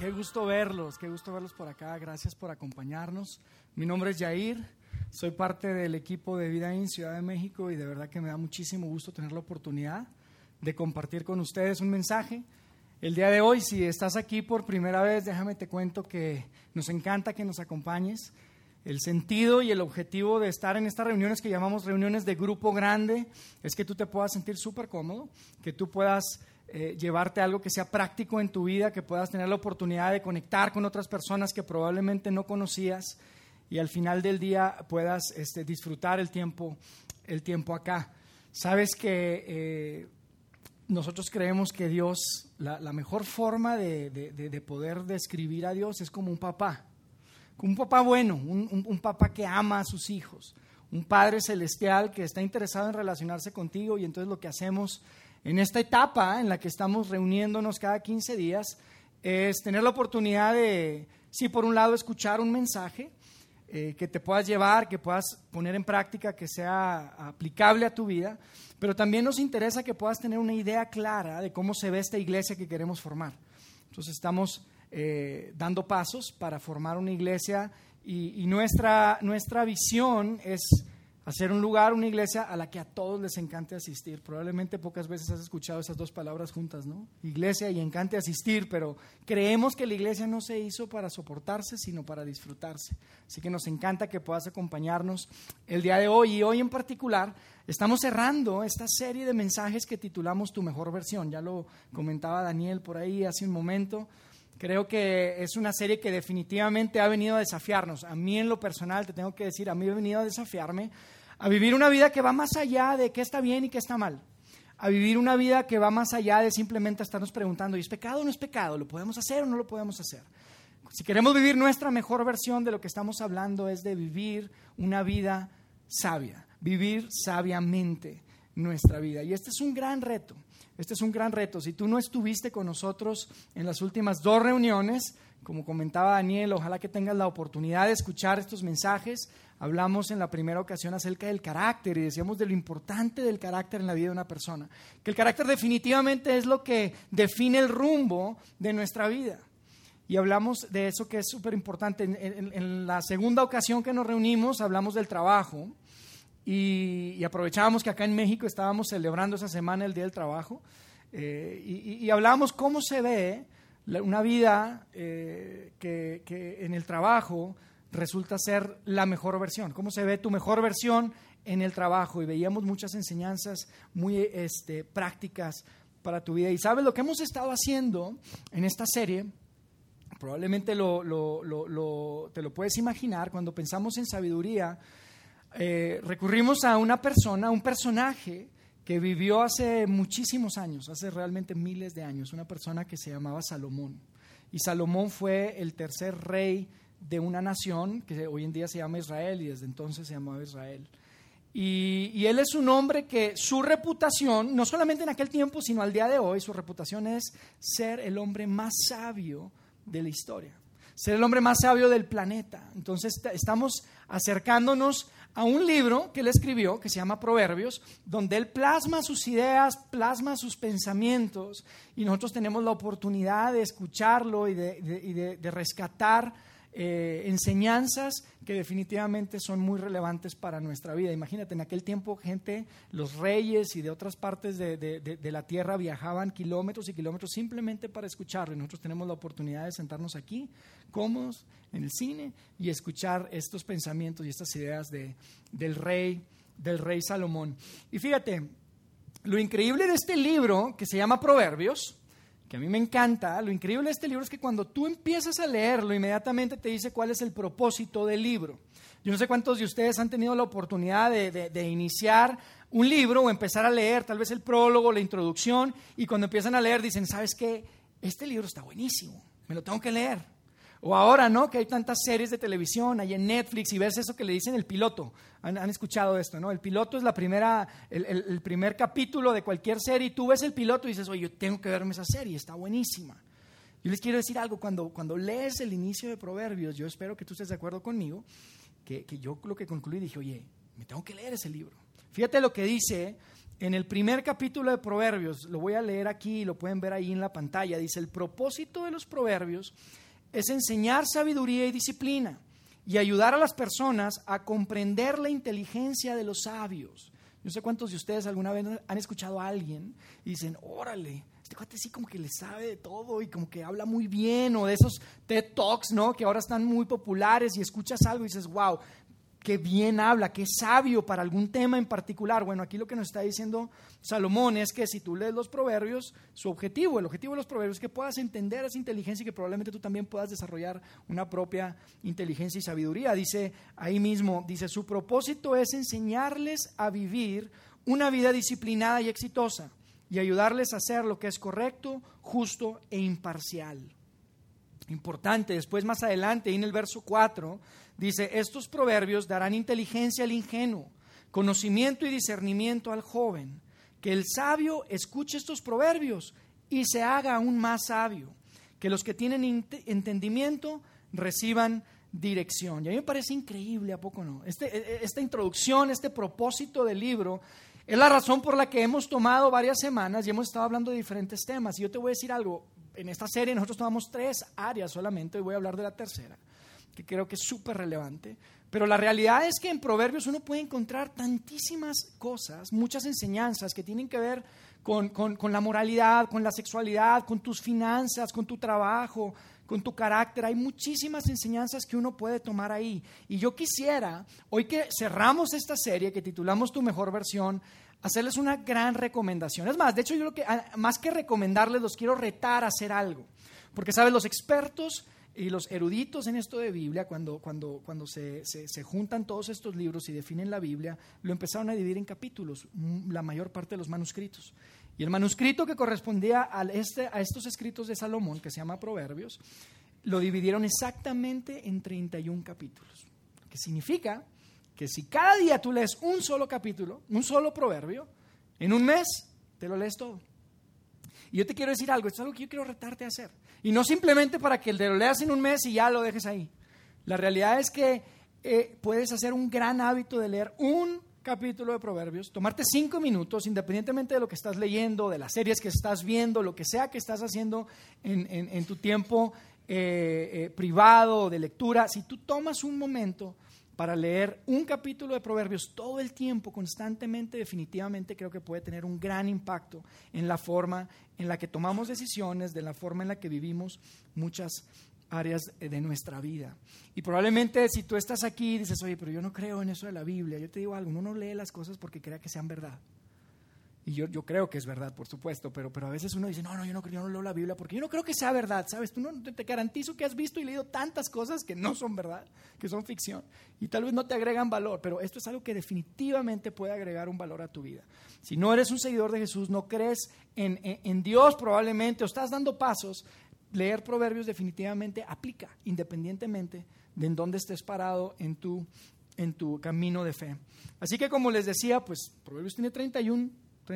Qué gusto verlos por acá. Gracias por acompañarnos. Mi nombre es Yair, soy parte del equipo de Vida en Ciudad de México y de verdad que me da muchísimo gusto tener la oportunidad de compartir con ustedes un mensaje. El día de hoy, si estás aquí por primera vez, déjame te cuento que nos encanta que nos acompañes. El sentido y el objetivo de estar en estas reuniones que llamamos reuniones de grupo grande es que tú te puedas sentir súper cómodo, que tú puedas llevarte algo que sea práctico en tu vida, que puedas tener la oportunidad de conectar con otras personas que probablemente no conocías y al final del día puedas disfrutar el tiempo acá. Sabes que nosotros creemos que Dios, la mejor forma de poder describir a Dios es como un papá bueno, un papá que ama a sus hijos, un Padre celestial que está interesado en relacionarse contigo y entonces lo que hacemos en esta etapa en la que estamos reuniéndonos cada 15 días es tener la oportunidad de, sí, por un lado, escuchar un mensaje que te puedas llevar, que puedas poner en práctica, que sea aplicable a tu vida, pero también nos interesa que puedas tener una idea clara de cómo se ve esta iglesia que queremos formar. Entonces estamos dando pasos para formar una iglesia y nuestra visión es hacer un lugar, una iglesia a la que a todos les encante asistir. Probablemente pocas veces has escuchado esas dos palabras juntas, ¿no? Iglesia y encante asistir, pero creemos que la iglesia no se hizo para soportarse, sino para disfrutarse. Así que nos encanta que puedas acompañarnos el día de hoy. Y hoy en particular estamos cerrando esta serie de mensajes que titulamos Tu Mejor Versión. Ya lo comentaba Daniel por ahí hace un momento. Creo que es una serie que definitivamente ha venido a desafiarnos. A mí en lo personal, te tengo que decir, a mí ha venido a desafiarme a vivir una vida que va más allá de qué está bien y qué está mal. A vivir una vida que va más allá de simplemente estarnos preguntando, ¿es pecado o no es pecado? ¿Lo podemos hacer o no lo podemos hacer? Si queremos vivir nuestra mejor versión de lo que estamos hablando es de vivir una vida sabia, vivir sabiamente nuestra vida. Y este es un gran reto. Si tú no estuviste con nosotros en las últimas 2 reuniones, como comentaba Daniel, ojalá que tengas la oportunidad de escuchar estos mensajes. Hablamos en la primera ocasión acerca del carácter y decíamos de lo importante del carácter en la vida de una persona. Que el carácter definitivamente es lo que define el rumbo de nuestra vida. Y hablamos de eso que es súper importante. En la segunda ocasión que nos reunimos hablamos del trabajo. Y aprovechábamos que acá en México estábamos celebrando esa semana el Día del Trabajo y hablábamos cómo se ve una vida que en el trabajo resulta ser la mejor versión, cómo se ve tu mejor versión en el trabajo y veíamos muchas enseñanzas muy prácticas para tu vida. Y sabes lo que hemos estado haciendo en esta serie, probablemente te lo puedes imaginar, cuando pensamos en sabiduría. Recurrimos a una persona, un personaje que vivió hace muchísimos años, hace realmente miles de años, una persona que se llamaba Salomón. Y Salomón fue el tercer rey de una nación que hoy en día se llama Israel y desde entonces se llamaba Israel. Y él es un hombre que su reputación, no solamente en aquel tiempo, sino al día de hoy, su reputación es ser el hombre más sabio de la historia, ser el hombre más sabio del planeta. Entonces estamos acercándonos a un libro que él escribió que se llama Proverbios, donde él plasma sus ideas, plasma sus pensamientos y nosotros tenemos la oportunidad de escucharlo y de rescatar enseñanzas que definitivamente son muy relevantes para nuestra vida. Imagínate, en aquel tiempo los reyes y de otras partes de la tierra viajaban kilómetros y kilómetros simplemente para escucharlo y nosotros tenemos la oportunidad de sentarnos aquí cómodos en el cine y escuchar estos pensamientos y estas ideas del rey Salomón. Y fíjate, lo increíble de este libro que se llama Proverbios, que a mí me encanta, lo increíble de este libro es que cuando tú empiezas a leerlo, inmediatamente te dice cuál es el propósito del libro. Yo no sé cuántos de ustedes han tenido la oportunidad de iniciar un libro o empezar a leer, tal vez el prólogo, la introducción, y cuando empiezan a leer dicen, ¿sabes qué? Este libro está buenísimo, me lo tengo que leer. O ahora, ¿no? Que hay tantas series de televisión, hay en Netflix, y ves eso que le dicen el piloto. Han escuchado esto, ¿no? El piloto es el primer capítulo de cualquier serie, y tú ves el piloto y dices, oye, yo tengo que verme esa serie, está buenísima. Yo les quiero decir algo, cuando lees el inicio de Proverbios, yo espero que tú estés de acuerdo conmigo, que yo lo que concluí dije, oye, me tengo que leer ese libro. Fíjate lo que dice en el primer capítulo de Proverbios, lo voy a leer aquí, lo pueden ver ahí en la pantalla, dice: el propósito de los proverbios es enseñar sabiduría y disciplina y ayudar a las personas a comprender la inteligencia de los sabios. Yo no sé cuántos de ustedes alguna vez han escuchado a alguien y dicen: órale, este cuate sí como que le sabe de todo y como que habla muy bien, o de esos TED Talks, ¿no?, que ahora están muy populares, y escuchas algo y dices: wow, qué bien habla, qué sabio para algún tema en particular. Bueno, aquí lo que nos está diciendo Salomón es que si tú lees los proverbios, el objetivo de los proverbios es que puedas entender esa inteligencia y que probablemente tú también puedas desarrollar una propia inteligencia y sabiduría. Dice ahí mismo, dice: su propósito es enseñarles a vivir una vida disciplinada y exitosa y ayudarles a hacer lo que es correcto, justo e imparcial. Importante, después más adelante, ahí en el verso 4, dice: estos proverbios darán inteligencia al ingenuo, conocimiento y discernimiento al joven. Que el sabio escuche estos proverbios y se haga aún más sabio. Que los que tienen entendimiento reciban dirección. Y a mí me parece increíble, ¿a poco no? Esta introducción, este propósito del libro, es la razón por la que hemos tomado varias semanas y hemos estado hablando de diferentes temas. Y yo te voy a decir algo: en esta serie nosotros tomamos 3 áreas solamente, y voy a hablar de la tercera, que creo que es súper relevante. Pero la realidad es que en Proverbios uno puede encontrar tantísimas cosas, muchas enseñanzas que tienen que ver con la moralidad, con la sexualidad, con tus finanzas, con tu trabajo, con tu carácter. Hay muchísimas enseñanzas que uno puede tomar ahí. Y yo quisiera, hoy que cerramos esta serie que titulamos Tu Mejor Versión, hacerles una gran recomendación. Es más, de hecho, yo lo que, más que recomendarles, los quiero retar a hacer algo. Porque, ¿sabes? Los expertos y los eruditos en esto de Biblia, cuando se juntan todos estos libros y definen la Biblia, lo empezaron a dividir en capítulos, la mayor parte de los manuscritos. Y el manuscrito que correspondía a estos escritos de Salomón, que se llama Proverbios, lo dividieron exactamente en 31 capítulos. Que significa que si cada día tú lees un solo capítulo, un solo proverbio, en un mes te lo lees todo. Y yo te quiero decir algo, esto es algo que yo quiero retarte a hacer. Y no simplemente para que te lo leas en un mes y ya lo dejes ahí. La realidad es que puedes hacer un gran hábito de leer un capítulo de Proverbios, tomarte 5 minutos, independientemente de lo que estás leyendo, de las series que estás viendo, lo que sea que estás haciendo en tu tiempo privado de lectura. Si tú tomas un momento para leer un capítulo de Proverbios todo el tiempo, constantemente, definitivamente creo que puede tener un gran impacto en la forma en la que tomamos decisiones, de la forma en la que vivimos muchas áreas de nuestra vida. Y probablemente si tú estás aquí y dices: oye, pero yo no creo en eso de la Biblia. Yo te digo algo: uno no lee las cosas porque crea que sean verdad. Y yo creo que es verdad, por supuesto, pero a veces uno dice: no, yo no leo la Biblia porque yo no creo que sea verdad, ¿sabes? Tú no, te garantizo que has visto y leído tantas cosas que no son verdad, que son ficción, y tal vez no te agregan valor, pero esto es algo que definitivamente puede agregar un valor a tu vida. Si no eres un seguidor de Jesús, no crees en Dios probablemente, o estás dando pasos, leer Proverbios definitivamente aplica, independientemente de en dónde estés parado en tu camino de fe. Así que, como les decía, pues Proverbios tiene 31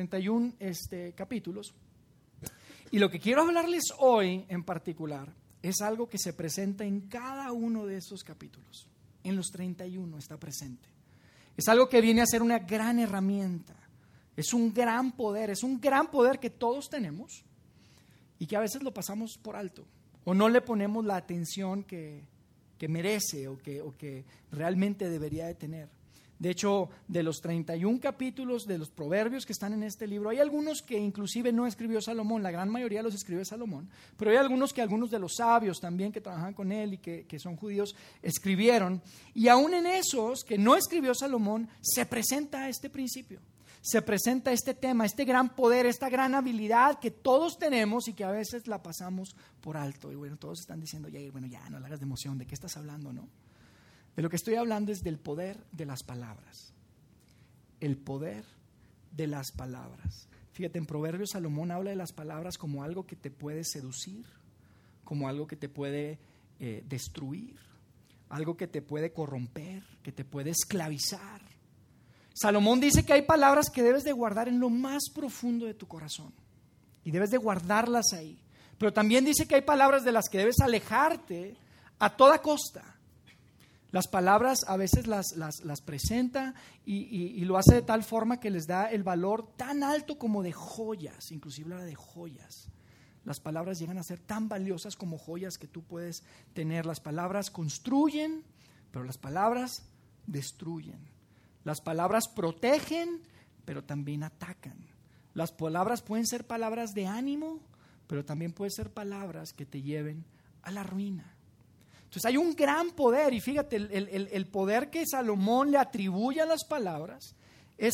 capítulos, y lo que quiero hablarles hoy en particular es algo que se presenta en cada uno de esos capítulos. En los 31 está presente. Es algo que viene a ser una gran herramienta, es un gran poder que todos tenemos y que a veces lo pasamos por alto o no le ponemos la atención que merece o que realmente debería de tener. De hecho, de los 31 capítulos de los proverbios que están en este libro, hay algunos que inclusive no escribió Salomón, la gran mayoría los escribió Salomón, pero hay algunos de los sabios también que trabajan con él y que son judíos escribieron, y aún en esos que no escribió Salomón se presenta este principio, se presenta este tema, este gran poder, esta gran habilidad que todos tenemos y que a veces la pasamos por alto. Y bueno, todos están diciendo: ya no le hagas de emoción, ¿de qué estás hablando, no? De lo que estoy hablando es del poder de las palabras. El poder de las palabras. Fíjate, en Proverbios Salomón habla de las palabras como algo que te puede seducir, como algo que te puede destruir, algo que te puede corromper, que te puede esclavizar. Salomón dice que hay palabras que debes de guardar en lo más profundo de tu corazón y debes de guardarlas ahí. Pero también dice que hay palabras de las que debes alejarte a toda costa. Las palabras a veces las presenta y lo hace de tal forma que les da el valor tan alto como de joyas, inclusive habla de joyas. Las palabras llegan a ser tan valiosas como joyas que tú puedes tener. Las palabras construyen, pero las palabras destruyen. Las palabras protegen, pero también atacan. Las palabras pueden ser palabras de ánimo, pero también pueden ser palabras que te lleven a la ruina. Entonces hay un gran poder, y fíjate, el poder que Salomón le atribuye a las palabras es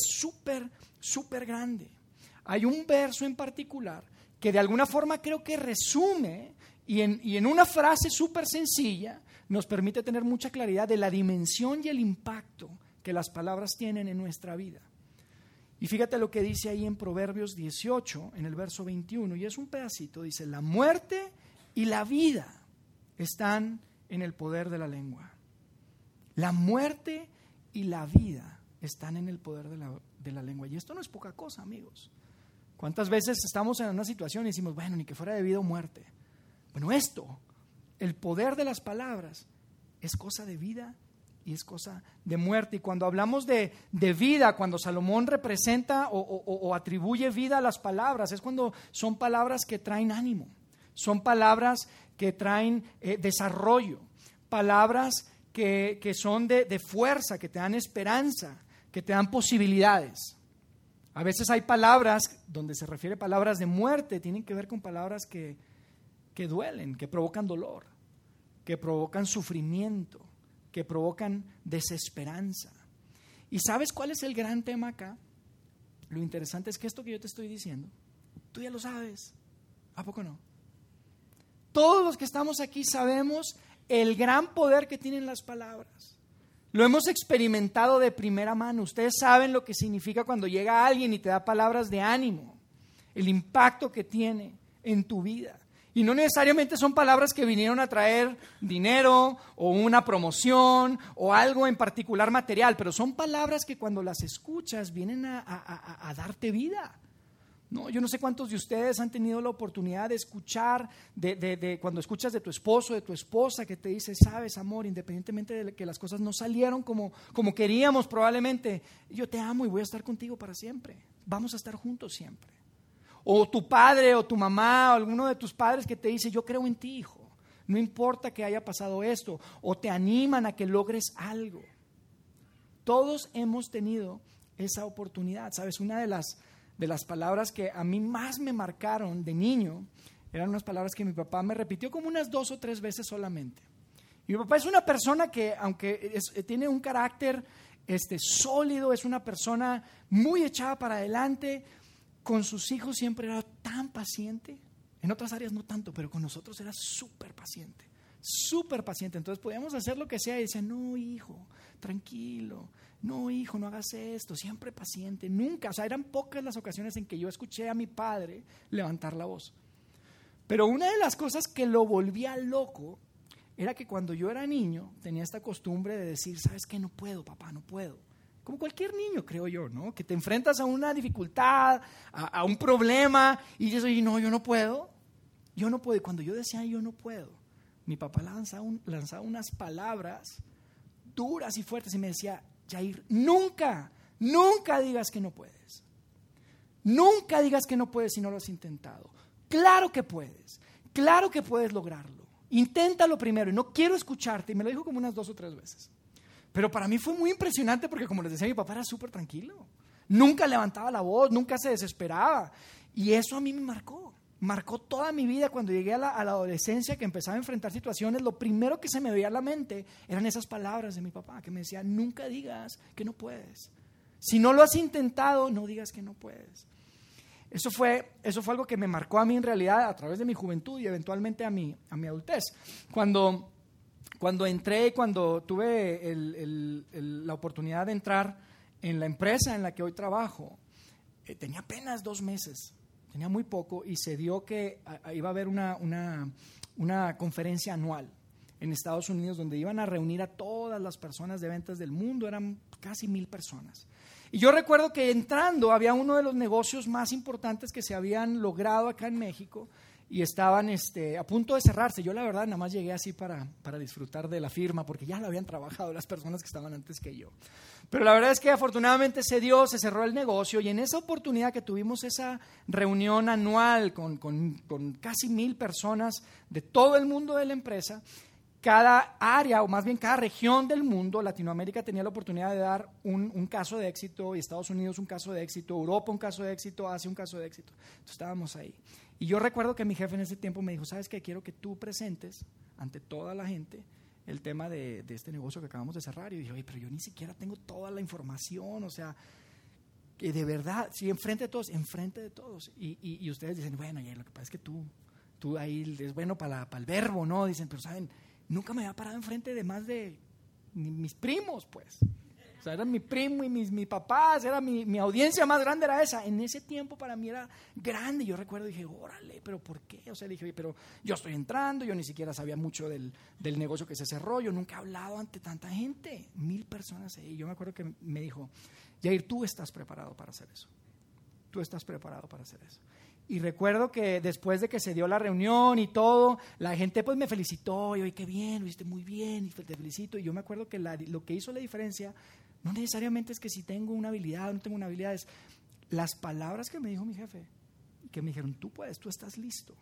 súper grande. Hay un verso en particular que de alguna forma creo que resume y en una frase súper sencilla nos permite tener mucha claridad de la dimensión y el impacto que las palabras tienen en nuestra vida. Y fíjate lo que dice ahí en Proverbios 18, en el verso 21, y es un pedacito, dice: la muerte y la vida están en el poder de la lengua. La muerte y la vida están en el poder de la lengua. Y esto no es poca cosa, amigos. ¿Cuántas veces estamos en una situación y decimos, bueno, ni que fuera de vida o muerte? Bueno, esto, el poder de las palabras, es cosa de vida y es cosa de muerte. Y cuando hablamos de vida, cuando Salomón representa o atribuye vida a las palabras, es cuando son palabras que traen ánimo, son palabras que traen desarrollo, palabras que son de fuerza, que te dan esperanza, que te dan posibilidades. A veces hay palabras, donde se refiere a palabras de muerte, tienen que ver con palabras que duelen, que provocan dolor, que provocan sufrimiento, que provocan desesperanza. ¿Y sabes cuál es el gran tema acá? Lo interesante es que esto que yo te estoy diciendo, tú ya lo sabes. ¿A poco no? Todos los que estamos aquí sabemos el gran poder que tienen las palabras. Lo hemos experimentado de primera mano. Ustedes saben lo que significa cuando llega alguien y te da palabras de ánimo, el impacto que tiene en tu vida. Y no necesariamente son palabras que vinieron a traer dinero o una promoción o algo en particular material, pero son palabras que cuando las escuchas vienen a darte vida. No, yo no sé cuántos de ustedes han tenido la oportunidad de escuchar, cuando escuchas de tu esposo, de tu esposa, que te dice, sabes, amor, independientemente de que las cosas no salieron como queríamos probablemente, yo te amo y voy a estar contigo para siempre. Vamos a estar juntos siempre. O tu padre o tu mamá o alguno de tus padres que te dice, yo creo en ti, hijo, no importa que haya pasado esto, o te animan a que logres algo. Todos hemos tenido esa oportunidad. ¿Sabes? Una de las palabras que a mí más me marcaron de niño eran unas palabras que mi papá me repitió como unas 2 o 3 veces solamente. Y mi papá es una persona que, aunque tiene un carácter sólido, es una persona muy echada para adelante, con sus hijos siempre era tan paciente. En otras áreas no tanto, pero con nosotros era súper paciente. Entonces podíamos hacer lo que sea y decía, no, hijo, tranquilo. No, hijo, no hagas esto. Siempre paciente. Nunca, o sea, eran pocas las ocasiones en que yo escuché a mi padre levantar la voz. Pero una de las cosas que lo volvía loco era que cuando yo era niño tenía esta costumbre de decir, ¿sabes qué? No puedo, papá, no puedo. Como cualquier niño, creo yo, ¿no? Que te enfrentas a una dificultad, a un problema, y dices, oye, no, yo no puedo. Y cuando yo decía, yo no puedo, mi papá lanzaba unas palabras duras y fuertes y me decía, Yair, nunca digas que no puedes. Nunca digas que no puedes si no lo has intentado. Claro que puedes lograrlo. Inténtalo primero y no quiero escucharte. Y me lo dijo como unas 2 o 3 veces. Pero para mí fue muy impresionante porque, como les decía, mi papá era súper tranquilo. Nunca levantaba la voz, nunca se desesperaba. Y eso a mí me marcó toda mi vida. Cuando llegué a la adolescencia, que empezaba a enfrentar situaciones, lo primero que se me veía a la mente eran esas palabras de mi papá, que me decía, nunca digas que no puedes. Si no lo has intentado, no digas que no puedes. Eso fue algo que me marcó a mí en realidad a través de mi juventud y eventualmente a mi adultez. Cuando tuve la oportunidad de entrar en la empresa en la que hoy trabajo, tenía apenas 2 meses, tenía muy poco, y se dio que iba a haber una conferencia anual en Estados Unidos donde iban a reunir a todas las personas de ventas del mundo, eran casi 1,000 personas. Y yo recuerdo que entrando había uno de los negocios más importantes que se habían logrado acá en México, y estaban a punto de cerrarse. Yo la verdad nada más llegué así para disfrutar de la firma, porque ya lo habían trabajado las personas que estaban antes que yo. Pero la verdad es que afortunadamente se cerró el negocio, y en esa oportunidad que tuvimos esa reunión anual con casi 1,000 personas de todo el mundo de la empresa, cada área, o más bien cada región del mundo, Latinoamérica tenía la oportunidad de dar un caso de éxito, y Estados Unidos un caso de éxito, Europa un caso de éxito, Asia un caso de éxito. Entonces estábamos ahí. Y yo recuerdo que mi jefe en ese tiempo me dijo, ¿sabes qué? Quiero que tú presentes ante toda la gente el tema de este negocio que acabamos de cerrar. Y dije, oye, pero yo ni siquiera tengo toda la información, o sea, que de verdad, sí, enfrente de todos. Y ustedes dicen, bueno, ya, lo que pasa es que tú ahí es bueno para el verbo, ¿no? Dicen, pero saben, nunca me había parado enfrente de más de mis primos, pues. O sea, eran mi primo y mis papás, era mi audiencia más grande era esa. En ese tiempo para mí era grande. Yo recuerdo, dije, órale, ¿pero por qué? O sea, dije, oye, pero yo estoy entrando, yo ni siquiera sabía mucho del negocio que se cerró, yo nunca he hablado ante tanta gente, 1,000 personas ahí. Yo me acuerdo que me dijo, Yair, tú estás preparado para hacer eso. Tú estás preparado para hacer eso. Y recuerdo que después de que se dio la reunión y todo, la gente pues me felicitó, y oye, qué bien, lo hiciste muy bien, y te felicito. Y yo me acuerdo que lo que hizo la diferencia no necesariamente es que si tengo una habilidad o no tengo una habilidad, es las palabras que me dijo mi jefe, que me dijeron, tú puedes, tú estás listo.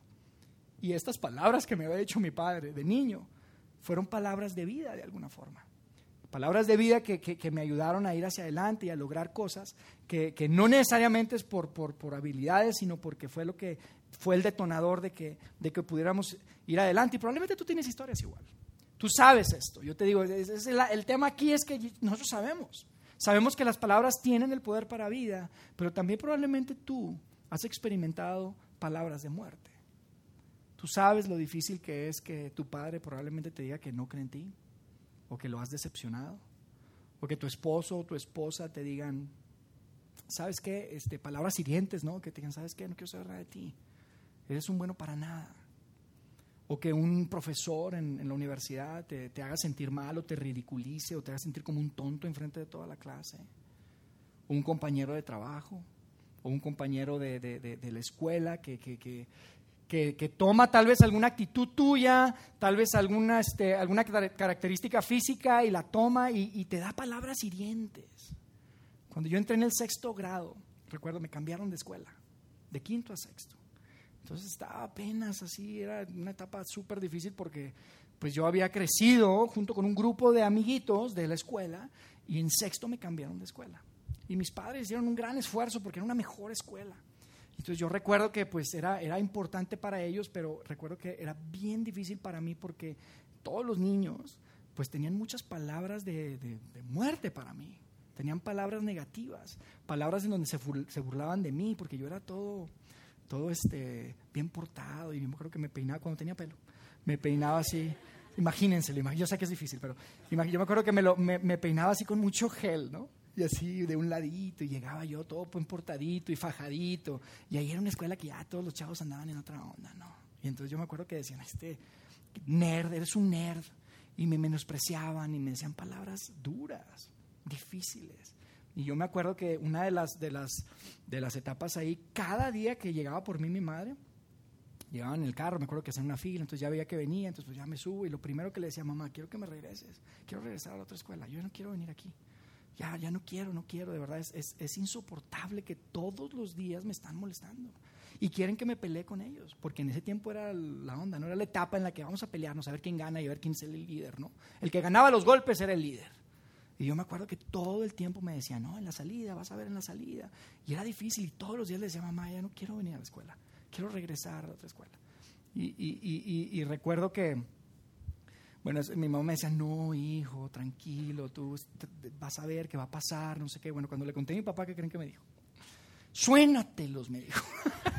Y estas palabras que me había dicho mi padre de niño, fueron palabras de vida de alguna forma. Palabras de vida que me ayudaron a ir hacia adelante y a lograr cosas que no necesariamente es por habilidades, sino porque fue lo que fue el detonador de que pudiéramos ir adelante. Y probablemente tú tienes historias igual. Tú sabes esto. Yo te digo, el tema aquí es que nosotros sabemos que las palabras tienen el poder para vida, pero también probablemente tú has experimentado palabras de muerte. Tú sabes lo difícil que es que tu padre probablemente te diga que no cree en ti, o que lo has decepcionado, o que tu esposo o tu esposa te digan, ¿sabes qué? Palabras hirientes, ¿no? Que te digan, ¿sabes qué? No quiero saber nada de ti, eres un bueno para nada. O que un profesor en la universidad te haga sentir mal, o te ridiculice, o te haga sentir como un tonto enfrente de toda la clase. O un compañero de trabajo, o un compañero de la escuela que toma tal vez alguna actitud tuya, tal vez alguna característica física, y la toma y te da palabras hirientes. Cuando yo entré en el 6º grado, recuerdo, me cambiaron de escuela, de 5º a 6º. Entonces estaba apenas así, era una etapa súper difícil porque pues yo había crecido junto con un grupo de amiguitos de la escuela, y en 6º me cambiaron de escuela. Y mis padres hicieron un gran esfuerzo porque era una mejor escuela. Entonces yo recuerdo que pues era importante para ellos, pero recuerdo que era bien difícil para mí porque todos los niños pues tenían muchas palabras de muerte para mí. Tenían palabras negativas, palabras en donde se burlaban de mí, porque yo era todo bien portado, y yo creo que me peinaba cuando tenía pelo. Me peinaba así, imagínenselo, yo sé que es difícil, pero yo me acuerdo que me peinaba así con mucho gel, ¿no? Y así de un ladito, y llegaba yo todo bien portadito y fajadito, y ahí era una escuela que ya todos los chavos andaban en otra onda, ¿no? Y entonces yo me acuerdo que decían, nerd, eres un nerd, y me menospreciaban y me decían palabras duras, difíciles. Y yo me acuerdo que una de las etapas ahí, cada día que llegaba por mí mi madre, llegaba en el carro, me acuerdo que hacían una fila, entonces ya veía que venía, entonces pues ya me subo, y lo primero que le decía, mamá, quiero que me regreses, quiero regresar a la otra escuela, yo no quiero venir aquí, ya no quiero, de verdad, es insoportable que todos los días me están molestando y quieren que me pelee con ellos, porque en ese tiempo era la onda, no era la etapa en la que vamos a pelearnos, a ver quién gana y a ver quién es el líder, ¿no? El que ganaba los golpes era el líder. Y yo me acuerdo que todo el tiempo me decía, no, en la salida, vas a ver en la salida. Y era difícil, y todos los días le decía, mamá, ya no quiero venir a la escuela, quiero regresar a la otra escuela. Y recuerdo que, bueno, mi mamá me decía, no, hijo, tranquilo, tú vas a ver qué va a pasar, no sé qué. Bueno, cuando le conté a mi papá, ¿qué creen que me dijo? Suénatelos, me dijo.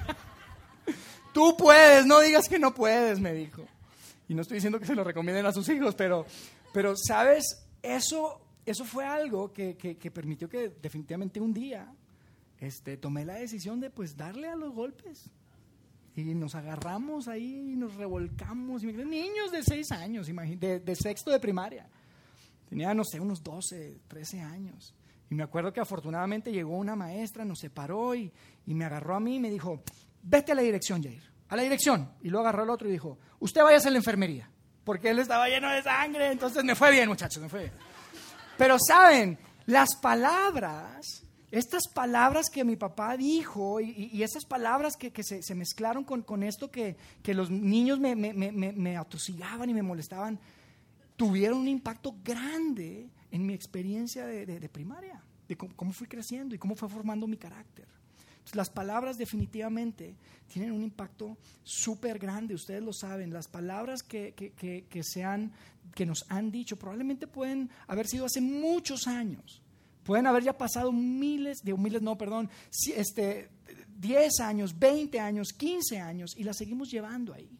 Tú puedes, no digas que no puedes, me dijo. Y no estoy diciendo que se lo recomienden a sus hijos, pero ¿sabes? Eso fue algo que permitió que definitivamente un día tomé la decisión de pues darle a los golpes. Y nos agarramos ahí y nos revolcamos. Niños de 6 años, de 6º de primaria. Tenía, no sé, unos 12, 13 años. Y me acuerdo que afortunadamente llegó una maestra, nos separó y me agarró a mí y me dijo, vete a la dirección, Yair. a la dirección. Y luego agarró al otro y dijo, usted váyase a la enfermería, porque él estaba lleno de sangre. Entonces me fue bien, muchachos, me fue bien. Pero saben, las palabras, estas palabras que mi papá dijo y esas palabras que se mezclaron con esto que los niños me atosigaban y me molestaban, tuvieron un impacto grande en mi experiencia de primaria, de cómo fui creciendo y cómo fue formando mi carácter. Entonces, las palabras definitivamente tienen un impacto súper grande, ustedes lo saben. Las palabras que nos han dicho probablemente pueden haber sido hace muchos años, pueden haber ya pasado 10 años, 20 años, 15 años y las seguimos llevando ahí.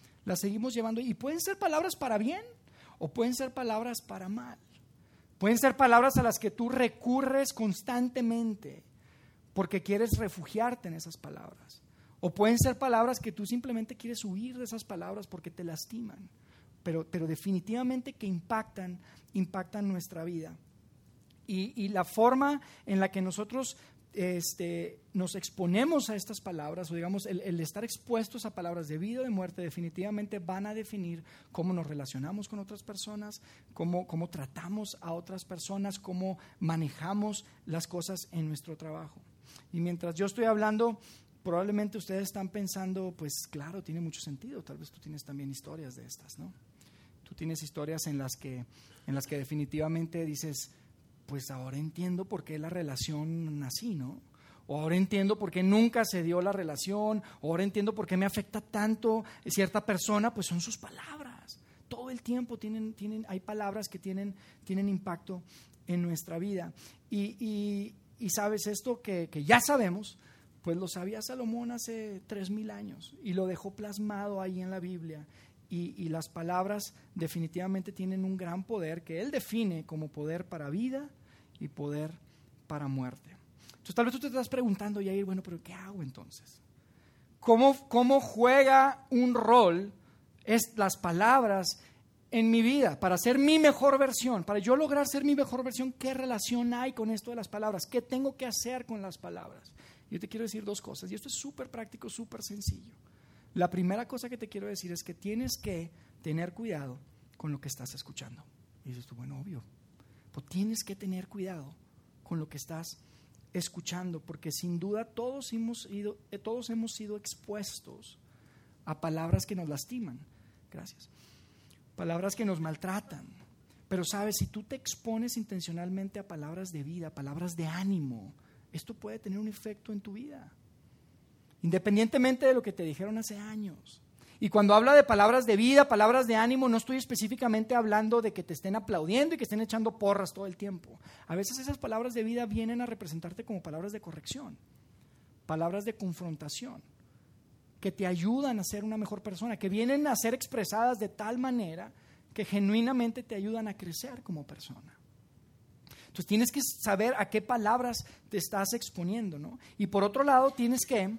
Y pueden ser palabras para bien o pueden ser palabras para mal. Pueden ser palabras a las que tú recurres constantemente porque quieres refugiarte en esas palabras. O pueden ser palabras que tú simplemente quieres huir de esas palabras porque te lastiman. Pero definitivamente que impactan nuestra vida. Y la forma en la que nosotros nos exponemos a estas palabras, o digamos el estar expuestos a palabras de vida o de muerte, definitivamente van a definir cómo nos relacionamos con otras personas, cómo tratamos a otras personas, cómo manejamos las cosas en nuestro trabajo. Y mientras yo estoy hablando, probablemente ustedes están pensando, pues claro, tiene mucho sentido. Tal vez tú tienes también historias de estas, ¿no? Tú tienes historias en las que definitivamente dices, pues ahora entiendo por qué la relación así, ¿no? O ahora entiendo por qué nunca se dio la relación, o ahora entiendo por qué me afecta tanto cierta persona, pues son sus palabras. Todo el tiempo hay palabras que tienen impacto en nuestra vida. Y sabes esto que ya sabemos, pues lo sabía Salomón hace 3,000 años y lo dejó plasmado ahí en la Biblia. Y las palabras definitivamente tienen un gran poder que él define como poder para vida y poder para muerte. Entonces tal vez tú te estás preguntando, Yair, bueno, pero ¿qué hago entonces? ¿Cómo juega un rol las palabras en mi vida para ser mi mejor versión? Para yo lograr ser mi mejor versión, ¿qué relación hay con esto de las palabras? ¿Qué tengo que hacer con las palabras? Yo te quiero decir 2 cosas y esto es súper práctico, súper sencillo. La primera cosa que te quiero decir es que tienes que tener cuidado con lo que estás escuchando. Y dices tú, bueno, obvio. Pues tienes que tener cuidado con lo que estás escuchando, porque sin duda todos hemos sido expuestos a palabras que nos lastiman. Gracias. Palabras que nos maltratan. Pero sabes, si tú te expones intencionalmente a palabras de vida, palabras de ánimo, esto puede tener un efecto en tu vida, independientemente de lo que te dijeron hace años. Y cuando habla de palabras de vida, palabras de ánimo, no estoy específicamente hablando de que te estén aplaudiendo y que estén echando porras todo el tiempo. A veces esas palabras de vida vienen a representarte como palabras de corrección, palabras de confrontación, que te ayudan a ser una mejor persona, que vienen a ser expresadas de tal manera que genuinamente te ayudan a crecer como persona. Entonces tienes que saber a qué palabras te estás exponiendo, ¿no? Y por otro lado tienes que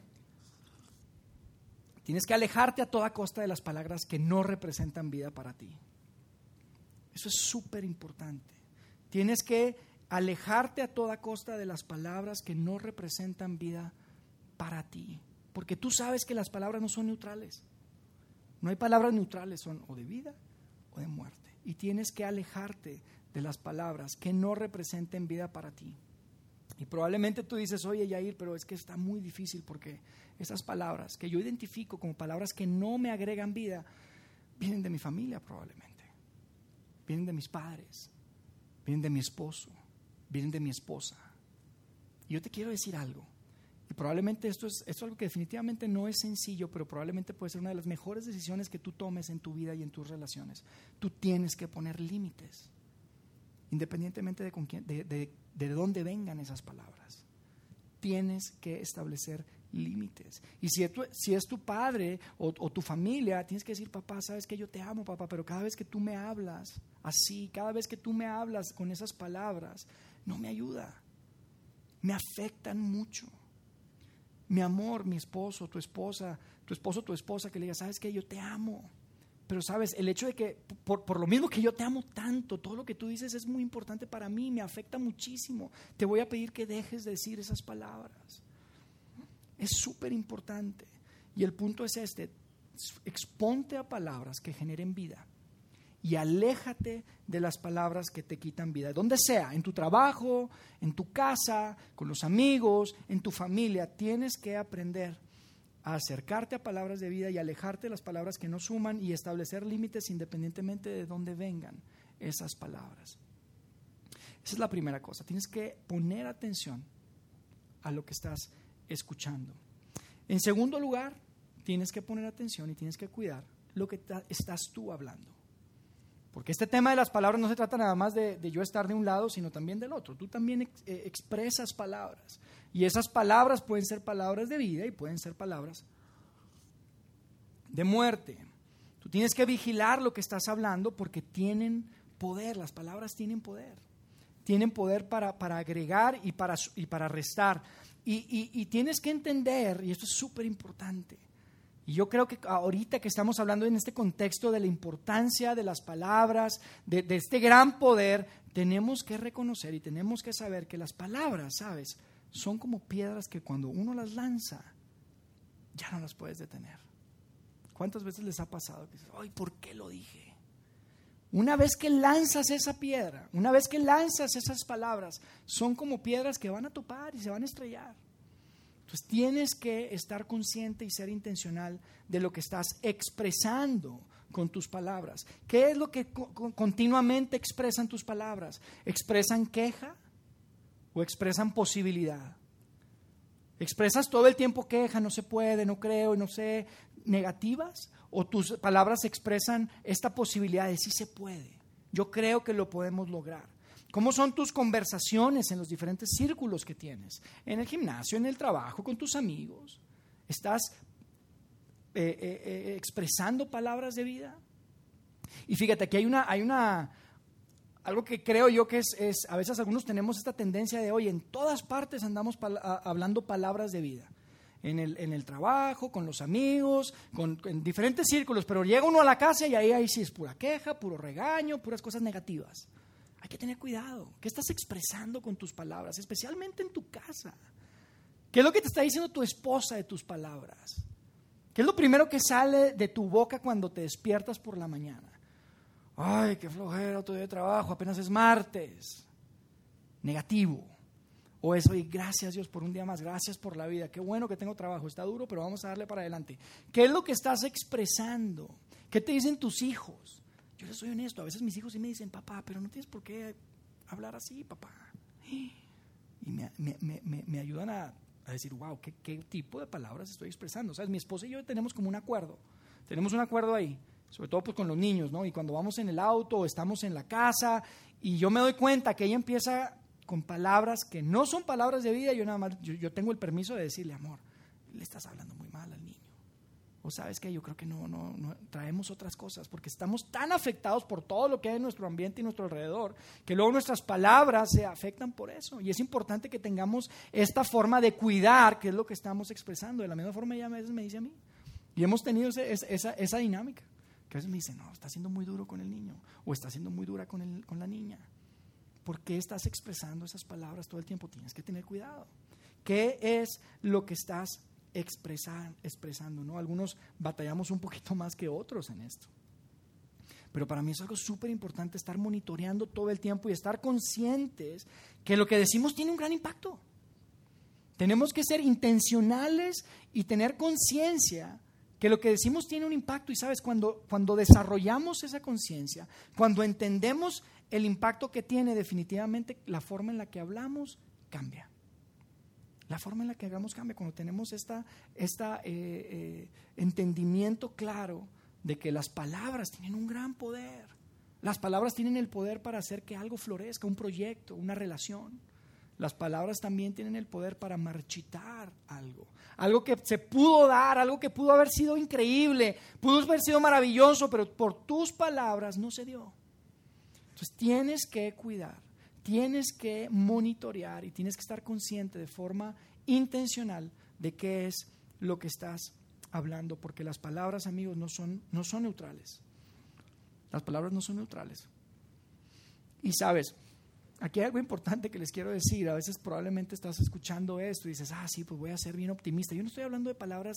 alejarte a toda costa de las palabras que no representan vida para ti. Eso es súper importante. Tienes que alejarte a toda costa de las palabras que no representan vida para ti. Porque tú sabes que las palabras no son neutrales. No hay palabras neutrales, son o de vida o de muerte. Y tienes que alejarte de las palabras que no representen vida para ti. Y probablemente tú dices, oye Yair, pero es que está muy difícil porque esas palabras que yo identifico como palabras que no me agregan vida, vienen de mi familia probablemente, vienen de mis padres, vienen de mi esposo, vienen de mi esposa. Y yo te quiero decir algo, y probablemente esto es algo que definitivamente no es sencillo, pero probablemente puede ser una de las mejores decisiones que tú tomes en tu vida y en tus relaciones. Tú tienes que poner límites, independientemente de dónde vengan esas palabras. Tienes que establecer límites. Y si es tu padre o tu familia, tienes que decir, papá, sabes que yo te amo, papá, pero cada vez que tú me hablas así, cada vez que tú me hablas con esas palabras, no me ayuda, me afectan mucho. Mi amor, mi esposo, tu esposa, que le diga, sabes que yo te amo. Pero sabes, el hecho de que por lo mismo que yo te amo tanto, todo lo que tú dices es muy importante para mí, me afecta muchísimo. Te voy a pedir que dejes de decir esas palabras. Es súper importante. Y el punto es este: exponte a palabras que generen vida y aléjate de las palabras que te quitan vida. Donde sea, en tu trabajo, en tu casa, con los amigos, en tu familia, tienes que aprender a acercarte a palabras de vida y alejarte de las palabras que no suman y establecer límites independientemente de dónde vengan esas palabras. Esa es la primera cosa. Tienes que poner atención a lo que estás escuchando. En segundo lugar, tienes que poner atención y tienes que cuidar lo que estás tú hablando. Porque este tema de las palabras no se trata nada más de yo estar de un lado, sino también del otro. Tú también expresas palabras. Y esas palabras pueden ser palabras de vida y pueden ser palabras de muerte. Tú tienes que vigilar lo que estás hablando porque tienen poder. Las palabras tienen poder. Tienen poder para agregar y para restar. Y tienes que entender, y esto es súper importante, y yo creo que ahorita que estamos hablando en este contexto de la importancia de las palabras, de este gran poder, tenemos que reconocer y tenemos que saber que las palabras, ¿sabes?, son como piedras que cuando uno las lanza, ya no las puedes detener. ¿Cuántas veces les ha pasado que dices, ay, ¿por qué lo dije? Una vez que lanzas esa piedra, una vez que lanzas esas palabras, son como piedras que van a topar y se van a estrellar. Entonces tienes que estar consciente y ser intencional de lo que estás expresando con tus palabras. ¿Qué es lo que continuamente expresan tus palabras? ¿Expresan queja o expresan posibilidad? ¿Expresas todo el tiempo queja, no se puede, no creo, no sé, negativas? ¿O tus palabras expresan esta posibilidad de sí se puede? Yo creo que lo podemos lograr. ¿Cómo son tus conversaciones en los diferentes círculos que tienes? En el gimnasio, en el trabajo, con tus amigos. ¿Estás expresando palabras de vida? Y fíjate, aquí hay algo que creo yo que es a veces algunos tenemos esta tendencia de, oye, en todas partes andamos hablando palabras de vida. En el trabajo, con los amigos, en diferentes círculos, pero llega uno a la casa y ahí sí es pura queja, puro regaño, puras cosas negativas. Hay que tener cuidado. ¿Qué estás expresando con tus palabras? Especialmente en tu casa. ¿Qué es lo que te está diciendo tu esposa de tus palabras? ¿Qué es lo primero que sale de tu boca cuando te despiertas por la mañana? Ay, qué flojera, otro día de trabajo, apenas es martes. Negativo. O es, oye, gracias Dios por un día más, gracias por la vida, qué bueno que tengo trabajo, está duro, pero vamos a darle para adelante. ¿Qué es lo que estás expresando? ¿Qué te dicen tus hijos? Yo les soy honesto, a veces mis hijos sí me dicen, papá, pero no tienes por qué hablar así, papá. Y me ayudan a decir, wow, ¿qué tipo de palabras estoy expresando? ¿Sabes? Mi esposa y yo tenemos como un acuerdo ahí, sobre todo pues con los niños, ¿no? Y cuando vamos en el auto o estamos en la casa y yo me doy cuenta que ella empieza con palabras que no son palabras de vida, yo tengo el permiso de decirle, amor, le estás hablando muy mal al niño. O sabes que yo creo que no traemos otras cosas, porque estamos tan afectados por todo lo que hay en nuestro ambiente y nuestro alrededor, que luego nuestras palabras se afectan por eso. Y es importante que tengamos esta forma de cuidar qué es lo que estamos expresando. De la misma forma ella a veces me dice a mí. Y hemos tenido esa dinámica, que a veces me dice, no, está siendo muy duro con el niño, o está siendo muy dura con la niña. ¿Por qué estás expresando esas palabras todo el tiempo? Tienes que tener cuidado. ¿Qué es lo que estás expresando, ¿no? Algunos batallamos un poquito más que otros en esto. Pero para mí es algo súper importante estar monitoreando todo el tiempo y estar conscientes que lo que decimos tiene un gran impacto. Tenemos que ser intencionales y tener conciencia que lo que decimos tiene un impacto. Y sabes, cuando desarrollamos esa conciencia, cuando entendemos el impacto que tiene, definitivamente la forma en la que hablamos cambia. La forma en la que hablamos cambia cuando tenemos entendimiento claro de que las palabras tienen un gran poder. Las palabras tienen el poder para hacer que algo florezca, un proyecto, una relación. Las palabras también tienen el poder para marchitar algo que se pudo dar, algo que pudo haber sido increíble, pudo haber sido maravilloso, pero por tus palabras no se dio. Entonces tienes que cuidar, tienes que monitorear y tienes que estar consciente de forma intencional de qué es lo que estás hablando, porque las palabras, amigos, no son neutrales. Las palabras no son neutrales. Y sabes, aquí hay algo importante que les quiero decir. A veces probablemente estás escuchando esto y dices, sí, pues voy a ser bien optimista. Yo no estoy hablando de palabras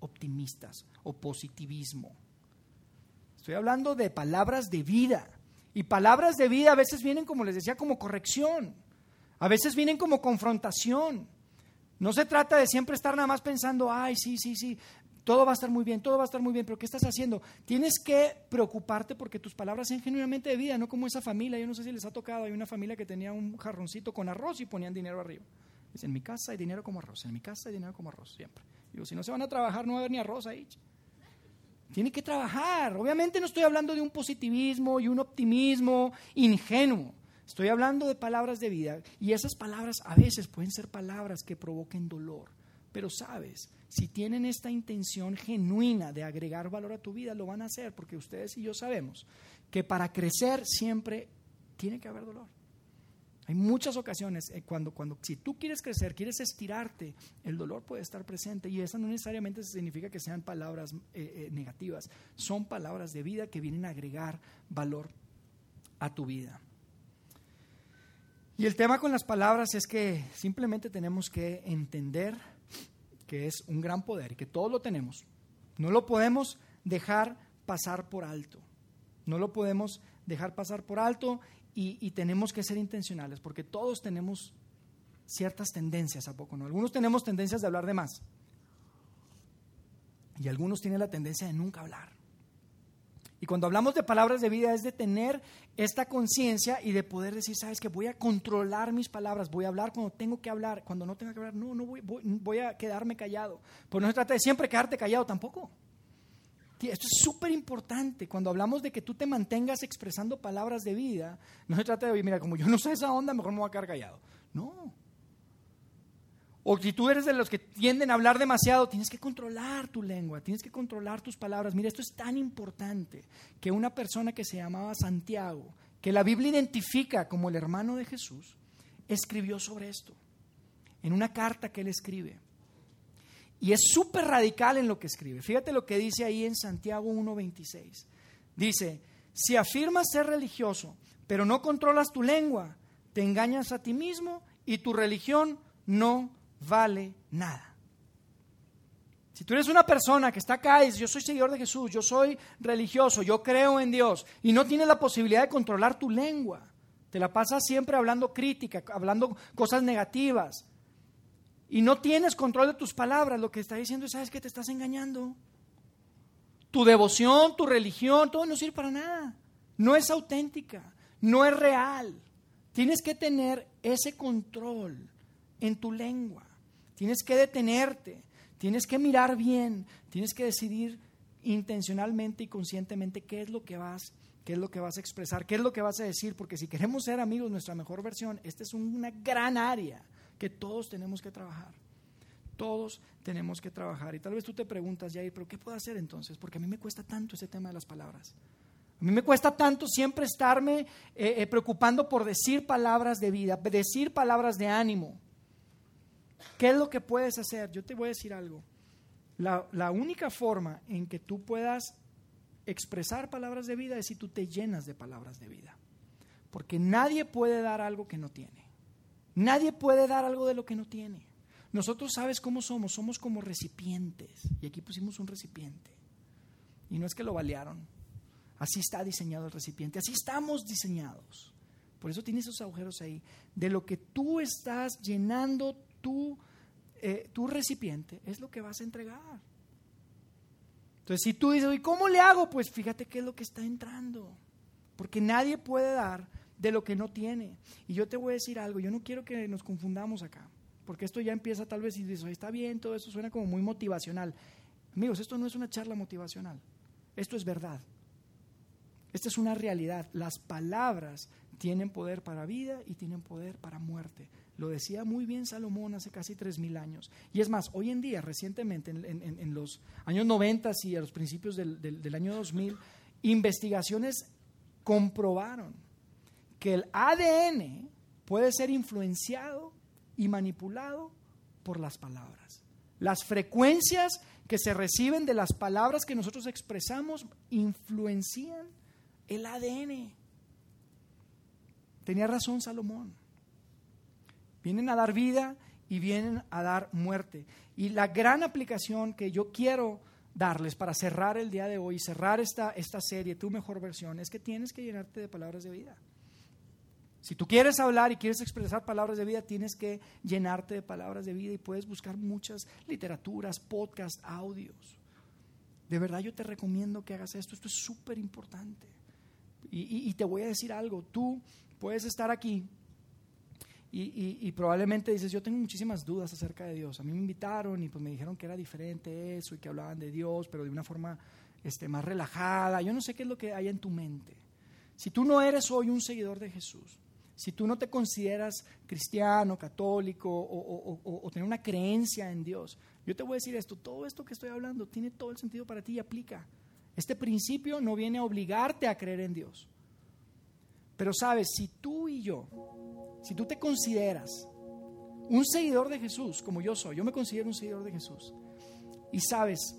optimistas o positivismo. Estoy hablando de palabras de vida. Y palabras de vida a veces vienen, como les decía, como corrección. A veces vienen como confrontación. No se trata de siempre estar nada más pensando, ay, sí, todo va a estar muy bien, pero ¿qué estás haciendo? Tienes que preocuparte porque tus palabras sean genuinamente de vida, no como esa familia. Yo no sé si les ha tocado, hay una familia que tenía un jarroncito con arroz y ponían dinero arriba. Dice, en mi casa hay dinero como arroz, en mi casa hay dinero como arroz, siempre. Digo, si no se van a trabajar, no va a haber ni arroz ahí. Tiene que trabajar. Obviamente no estoy hablando de un positivismo y un optimismo ingenuo. Estoy hablando de palabras de vida. Y esas palabras a veces pueden ser palabras que provoquen dolor. Pero sabes, si tienen esta intención genuina de agregar valor a tu vida, lo van a hacer. Porque ustedes y yo sabemos que para crecer siempre tiene que haber dolor. Hay muchas ocasiones cuando si tú quieres crecer, quieres estirarte, el dolor puede estar presente y eso no necesariamente significa que sean palabras negativas, son palabras de vida que vienen a agregar valor a tu vida. Y el tema con las palabras es que simplemente tenemos que entender que es un gran poder y que todos lo tenemos. No lo podemos dejar pasar por alto. No lo podemos dejar pasar por alto. Y tenemos que ser intencionales porque todos tenemos ciertas tendencias, ¿a poco no? Algunos tenemos tendencias de hablar de más y algunos tienen la tendencia de nunca hablar. Y cuando hablamos de palabras de vida es de tener esta conciencia y de poder decir, sabes que voy a controlar mis palabras, voy a hablar cuando tengo que hablar, cuando no tengo que hablar, no voy a quedarme callado. Pero no se trata de siempre quedarte callado tampoco. Esto es súper importante. Cuando hablamos de que tú te mantengas expresando palabras de vida, no se trata de, oye, mira, como yo no sé esa onda, mejor me voy a quedar callado. No. O si tú eres de los que tienden a hablar demasiado, tienes que controlar tu lengua, tienes que controlar tus palabras. Mira, esto es tan importante que una persona que se llamaba Santiago, que la Biblia identifica como el hermano de Jesús, escribió sobre esto en una carta que él escribe. Y es súper radical en lo que escribe. Fíjate lo que dice ahí en Santiago 1:26. Dice, si afirmas ser religioso, pero no controlas tu lengua, te engañas a ti mismo y tu religión no vale nada. Si tú eres una persona que está acá y dice, yo soy seguidor de Jesús, yo soy religioso, yo creo en Dios, y no tienes la posibilidad de controlar tu lengua, te la pasas siempre hablando crítica, hablando cosas negativas, y no tienes control de tus palabras, lo que está diciendo es, ¿sabes qué? Te estás engañando. Tu devoción, tu religión, todo no sirve para nada. No es auténtica, no es real. Tienes que tener ese control en tu lengua. Tienes que detenerte, tienes que mirar bien, tienes que decidir intencionalmente y conscientemente qué es lo que vas a expresar, qué es lo que vas a decir, porque si queremos ser amigos, nuestra mejor versión, esta es una gran área que todos tenemos que trabajar. Todos tenemos que trabajar. Y tal vez tú te preguntas, Jair, ¿pero qué puedo hacer entonces? Porque a mí me cuesta tanto ese tema de las palabras. A mí me cuesta tanto siempre estarme preocupando por decir palabras de vida, decir palabras de ánimo. ¿Qué es lo que puedes hacer? Yo te voy a decir algo. La única forma en que tú puedas expresar palabras de vida es si tú te llenas de palabras de vida. Porque nadie puede dar algo que no tiene. Nadie puede dar algo de lo que no tiene. Nosotros, ¿sabes cómo somos? Somos como recipientes. Y aquí pusimos un recipiente. Y no es que lo balearon. Así está diseñado el recipiente. Así estamos diseñados. Por eso tiene esos agujeros ahí. De lo que tú estás llenando tu recipiente es lo que vas a entregar. Entonces, si tú dices, ¿y cómo le hago? Pues fíjate qué es lo que está entrando. Porque nadie puede dar de lo que no tiene. Y yo te voy a decir algo, yo no quiero que nos confundamos acá, porque esto ya empieza tal vez y dices, está bien, todo eso suena como muy motivacional. Amigos, esto no es una charla motivacional, esto es verdad. Esta es una realidad. Las palabras tienen poder para vida y tienen poder para muerte. Lo decía muy bien Salomón hace casi 3,000 años. Y es más, hoy en día, recientemente, en los años 90 y a los principios del año 2000, investigaciones comprobaron que el ADN puede ser influenciado y manipulado por las palabras. Las frecuencias que se reciben de las palabras que nosotros expresamos influencian el ADN. Tenía razón Salomón. Vienen a dar vida y vienen a dar muerte. Y la gran aplicación que yo quiero darles para cerrar el día de hoy, cerrar esta serie, Tu Mejor Versión, es que tienes que llenarte de palabras de vida. Si tú quieres hablar y quieres expresar palabras de vida, tienes que llenarte de palabras de vida y puedes buscar muchas literaturas, podcasts, audios. De verdad yo te recomiendo que hagas esto es súper importante. Y te voy a decir algo, tú puedes estar aquí y probablemente dices, yo tengo muchísimas dudas acerca de Dios. A mí me invitaron y pues me dijeron que era diferente eso y que hablaban de Dios, pero de una forma más relajada. Yo no sé qué es lo que hay en tu mente. Si tú no eres hoy un seguidor de Jesús, si tú no te consideras cristiano, católico o tener una creencia en Dios, yo te voy a decir esto, todo esto que estoy hablando tiene todo el sentido para ti y aplica. Este principio no viene a obligarte a creer en Dios. Pero sabes, si tú y yo, si tú te consideras un seguidor de Jesús, como yo soy, yo me considero un seguidor de Jesús, y sabes,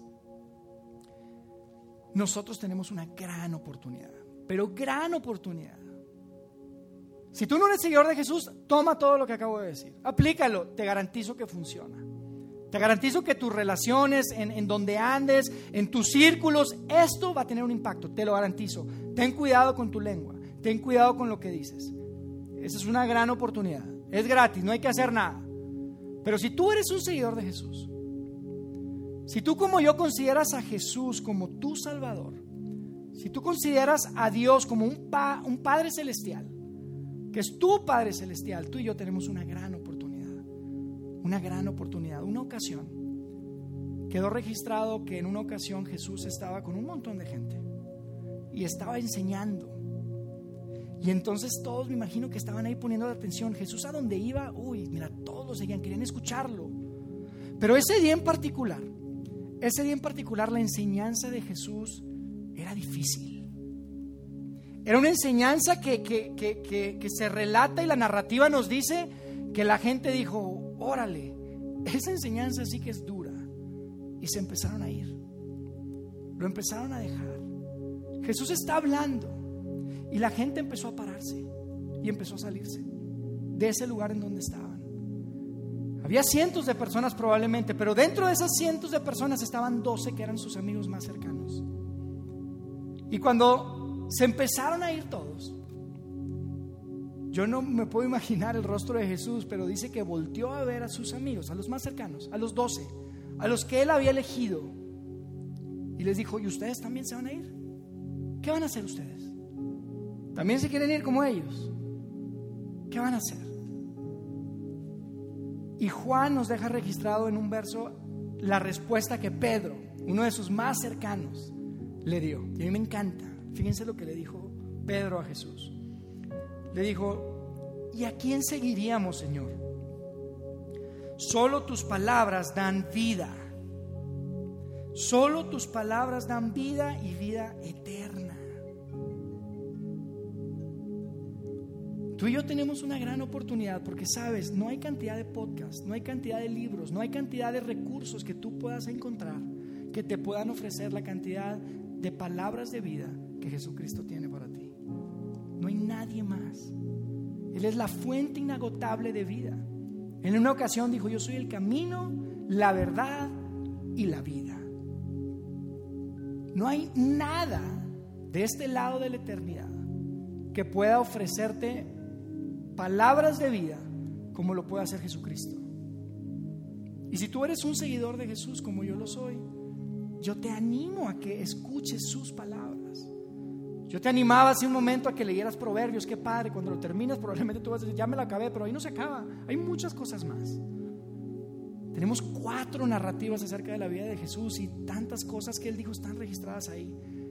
nosotros tenemos una gran oportunidad, pero gran oportunidad. Si tú no eres seguidor de Jesús, toma todo lo que acabo de decir, aplícalo, te garantizo que funciona. Te garantizo que tus relaciones, en donde andes, en tus círculos, esto va a tener un impacto, te lo garantizo. Ten cuidado con tu lengua, ten cuidado con lo que dices. Esa es una gran oportunidad, es gratis, no hay que hacer nada. Pero si tú eres un seguidor de Jesús, si tú como yo consideras a Jesús como tu Salvador, si tú consideras a Dios como un Padre Celestial, que es tu Padre Celestial, tú y yo tenemos una gran oportunidad. Una gran oportunidad. Una ocasión quedó registrado que en una ocasión Jesús estaba con un montón de gente y estaba enseñando. Y entonces todos me imagino que estaban ahí poniendo la atención. Jesús a donde iba, mira, todos lo seguían, querían escucharlo. Pero ese día en particular, la enseñanza de Jesús era difícil. Era una enseñanza que se relata y la narrativa nos dice que la gente dijo, órale, esa enseñanza sí que es dura. Y se empezaron a ir, lo empezaron a dejar. Jesús está hablando y la gente empezó a pararse y empezó a salirse de ese lugar en donde estaban. Había cientos de personas probablemente, pero dentro de esas cientos de personas estaban 12 que eran sus amigos más cercanos. Y cuando se empezaron a ir todos, yo no me puedo imaginar el rostro de Jesús, pero dice que volteó a ver a sus amigos, a los más cercanos, a los 12, a los que él había elegido, y les dijo, ¿y ustedes también se van a ir? ¿Qué van a hacer ustedes? ¿También se quieren ir como ellos? ¿Qué van a hacer? Y Juan nos deja registrado en un verso la respuesta que Pedro, uno de sus más cercanos, le dio. Y a mí me encanta. Fíjense lo que le dijo Pedro a Jesús. Le dijo, ¿y a quién seguiríamos, Señor? Solo tus palabras dan vida. Solo tus palabras dan vida y vida eterna. Tú y yo tenemos una gran oportunidad porque, sabes, no hay cantidad de podcasts, no hay cantidad de libros, no hay cantidad de recursos que tú puedas encontrar que te puedan ofrecer la cantidad de palabras de vida que Jesucristo tiene para ti. No hay nadie más. Él es la fuente inagotable de vida. En una ocasión dijo, yo soy el camino, la verdad y la vida. No hay nada de este lado de la eternidad que pueda ofrecerte palabras de vida como lo puede hacer Jesucristo. Y si tú eres un seguidor de Jesús como yo lo soy, yo te animo a que escuches sus palabras. Yo te animaba hace un momento a que leyeras Proverbios. Qué padre, cuando lo terminas probablemente tú vas a decir, ya me lo acabé, pero ahí no se acaba, hay muchas cosas más. Tenemos 4 narrativas acerca de la vida de Jesús y tantas cosas que él dijo están registradas ahí.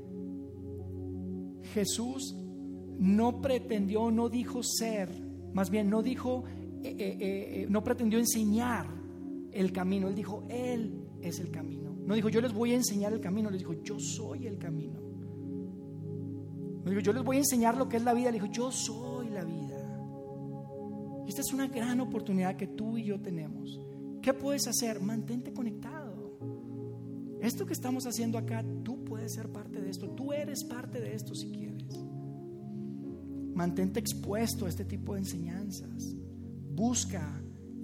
Jesús no pretendió, no dijo ser, más bien no dijo, no pretendió enseñar el camino. Él dijo, él es el camino. No dijo, yo les voy a enseñar el camino. Les dijo, yo soy el camino. No dijo, yo les voy a enseñar lo que es la vida. Le dijo, yo soy la vida. Y esta es una gran oportunidad que tú y yo tenemos. ¿Qué puedes hacer? Mantente conectado. Esto que estamos haciendo acá, tú puedes ser parte de esto. Tú eres parte de esto si quieres. Mantente expuesto a este tipo de enseñanzas. Busca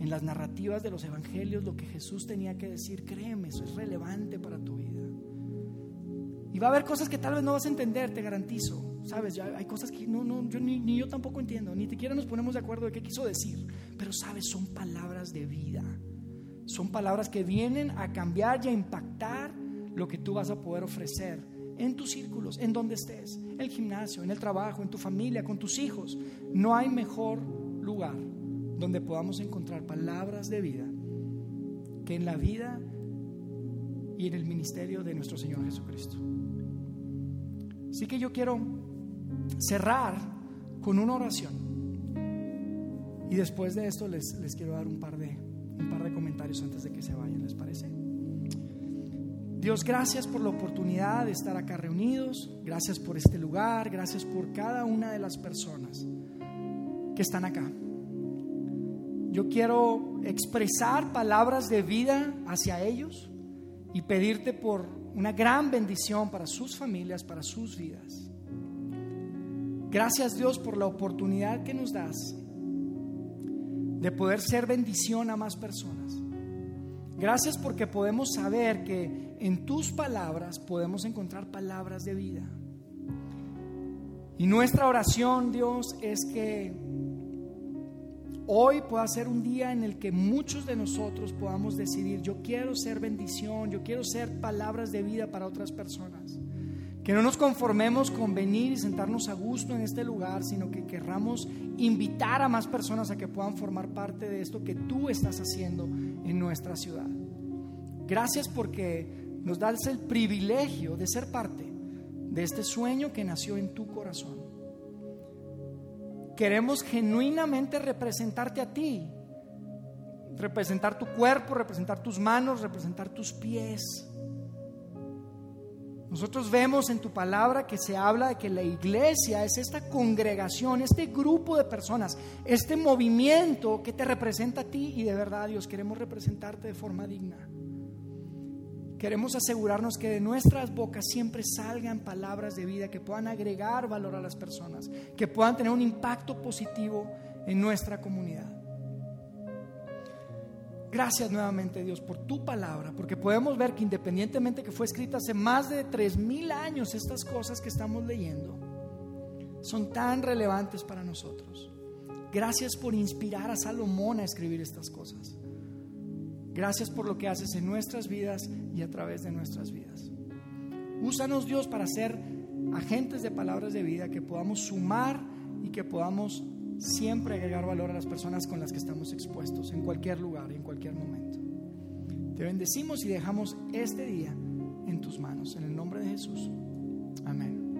en las narrativas de los evangelios lo que Jesús tenía que decir. Créeme, eso es relevante para tu vida. Y va a haber cosas que tal vez no vas a entender, te garantizo. Sabes, ya hay cosas que ni yo tampoco entiendo, ni siquiera nos ponemos de acuerdo de qué quiso decir. Pero sabes, son palabras de vida. Son palabras que vienen a cambiar y a impactar lo que tú vas a poder ofrecer en tus círculos, en donde estés, en el gimnasio, en el trabajo, en tu familia, con tus hijos. No hay mejor lugar donde podamos encontrar palabras de vida que en la vida y en el ministerio de nuestro Señor Jesucristo. Así que yo quiero cerrar con una oración, y después de esto les quiero dar un par de comentarios antes de que se vayan, ¿les parece? Dios, gracias por la oportunidad de estar acá reunidos, gracias por este lugar, gracias por cada una de las personas que están acá. Yo quiero expresar palabras de vida hacia ellos y pedirte por una gran bendición para sus familias, para sus vidas. Gracias, Dios, por la oportunidad que nos das de poder ser bendición a más personas. Gracias porque podemos saber que en tus palabras podemos encontrar palabras de vida. Y nuestra oración, Dios, es que hoy pueda ser un día en el que muchos de nosotros podamos decidir: yo quiero ser bendición, yo quiero ser palabras de vida para otras personas. Que no nos conformemos con venir y sentarnos a gusto en este lugar, sino que querramos invitar a más personas a que puedan formar parte de esto que tú estás haciendo en nuestra ciudad. Gracias porque nos das el privilegio de ser parte de este sueño que nació en tu corazón. Queremos genuinamente representarte a ti, representar tu cuerpo, representar tus manos, representar tus pies. Nosotros vemos en tu palabra que se habla de que la iglesia es esta congregación, este grupo de personas, este movimiento que te representa a ti, y de verdad, Dios, queremos representarte de forma digna. Queremos asegurarnos que de nuestras bocas siempre salgan palabras de vida que puedan agregar valor a las personas, que puedan tener un impacto positivo en nuestra comunidad. Gracias nuevamente, Dios, por tu palabra, porque podemos ver que independientemente que fue escrita hace más de 3,000 años, estas cosas que estamos leyendo son tan relevantes para nosotros. Gracias por inspirar a Salomón a escribir estas cosas. Gracias por lo que haces en nuestras vidas y a través de nuestras vidas. Úsanos, Dios, para ser agentes de palabras de vida, que podamos sumar y que podamos siempre agregar valor a las personas con las que estamos expuestos, en cualquier lugar y en cualquier momento. Te bendecimos y dejamos este día en tus manos, en el nombre de Jesús. Amén.